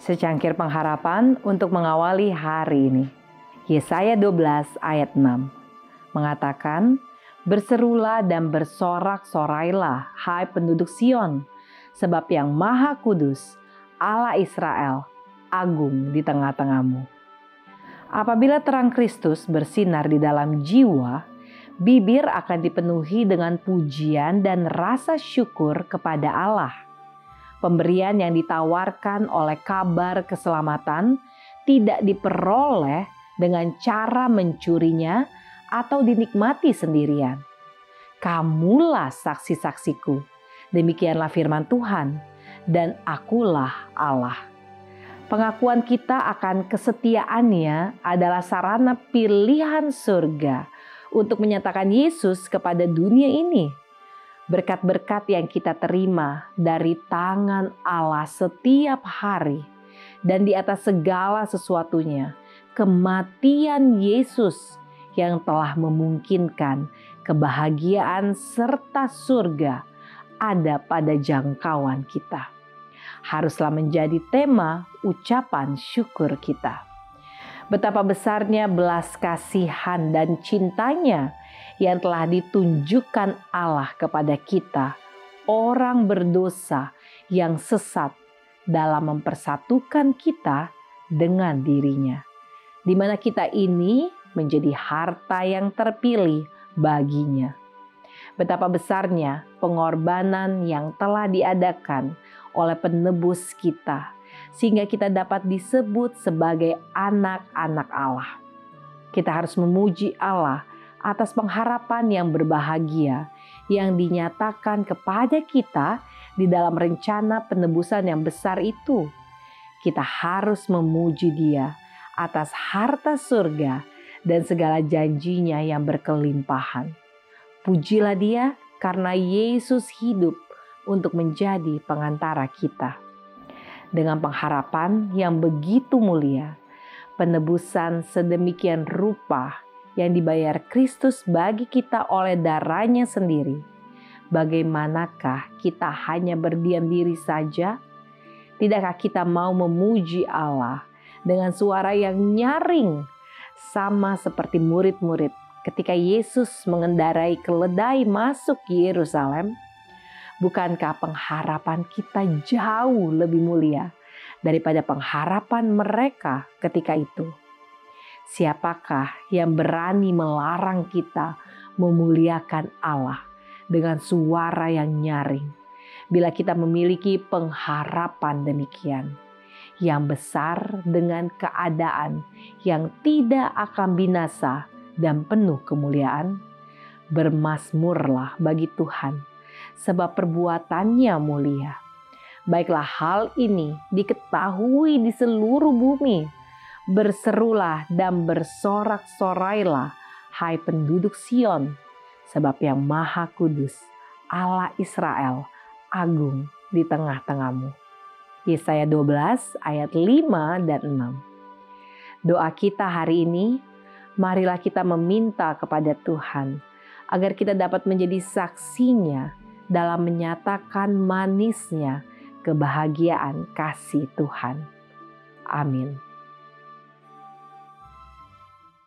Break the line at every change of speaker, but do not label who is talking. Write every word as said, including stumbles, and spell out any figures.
Secangkir pengharapan untuk mengawali hari ini. Yesaya dua belas ayat enam mengatakan, "Berserulah dan bersorak-sorailah, hai penduduk Sion, sebab yang Maha Kudus, Allah Israel, agung di tengah-tengahmu." Apabila terang Kristus bersinar di dalam jiwa, bibir akan dipenuhi dengan pujian dan rasa syukur kepada Allah. Pemberian yang ditawarkan oleh kabar keselamatan tidak diperoleh dengan cara mencurinya atau dinikmati sendirian. Kamulah saksi-saksiku, demikianlah firman Tuhan, dan akulah Allah. Pengakuan kita akan kesetiaannya adalah sarana pilihan surga untuk menyatakan Yesus kepada dunia ini. Berkat-berkat yang kita terima dari tangan Allah setiap hari dan di atas segala sesuatunya, kematian Yesus yang telah memungkinkan kebahagiaan serta surga ada pada jangkauan kita. Haruslah menjadi tema ucapan syukur kita. Betapa besarnya belas kasihan dan cintanya yang telah ditunjukkan Allah kepada kita, orang berdosa yang sesat, dalam mempersatukan kita dengan dirinya, di mana kita ini menjadi harta yang terpilih baginya. Betapa besarnya pengorbanan yang telah diadakan oleh penebus kita, sehingga kita dapat disebut sebagai anak-anak Allah. Kita harus memuji Allah atas pengharapan yang berbahagia yang dinyatakan kepada kita di dalam rencana penebusan yang besar itu. Kita harus memuji Dia atas harta surga dan segala janjinya yang berkelimpahan. Pujilah Dia karena Yesus hidup untuk menjadi pengantara kita. Dengan pengharapan yang begitu mulia, penebusan sedemikian rupa yang dibayar Kristus bagi kita oleh darahnya sendiri, bagaimanakah kita hanya berdiam diri saja? Tidakkah kita mau memuji Allah dengan suara yang nyaring, sama seperti murid-murid ketika Yesus mengendarai keledai masuk Yerusalem? Bukankah pengharapan kita jauh lebih mulia daripada pengharapan mereka ketika itu? Siapakah yang berani melarang kita memuliakan Allah dengan suara yang nyaring bila kita memiliki pengharapan demikian yang besar dengan keadaan yang tidak akan binasa dan penuh kemuliaan? Bermazmurlah bagi Tuhan, sebab perbuatannya mulia. Baiklah hal ini diketahui di seluruh bumi. Berserulah dan bersorak-sorailah, hai penduduk Sion, sebab yang Maha Kudus, Allah Israel, agung di tengah-tengahmu. Yesaya dua belas ayat lima dan enam. Doa kita hari ini, marilah kita meminta kepada Tuhan agar kita dapat menjadi saksinya dalam menyatakan manisnya kebahagiaan kasih Tuhan. Amin.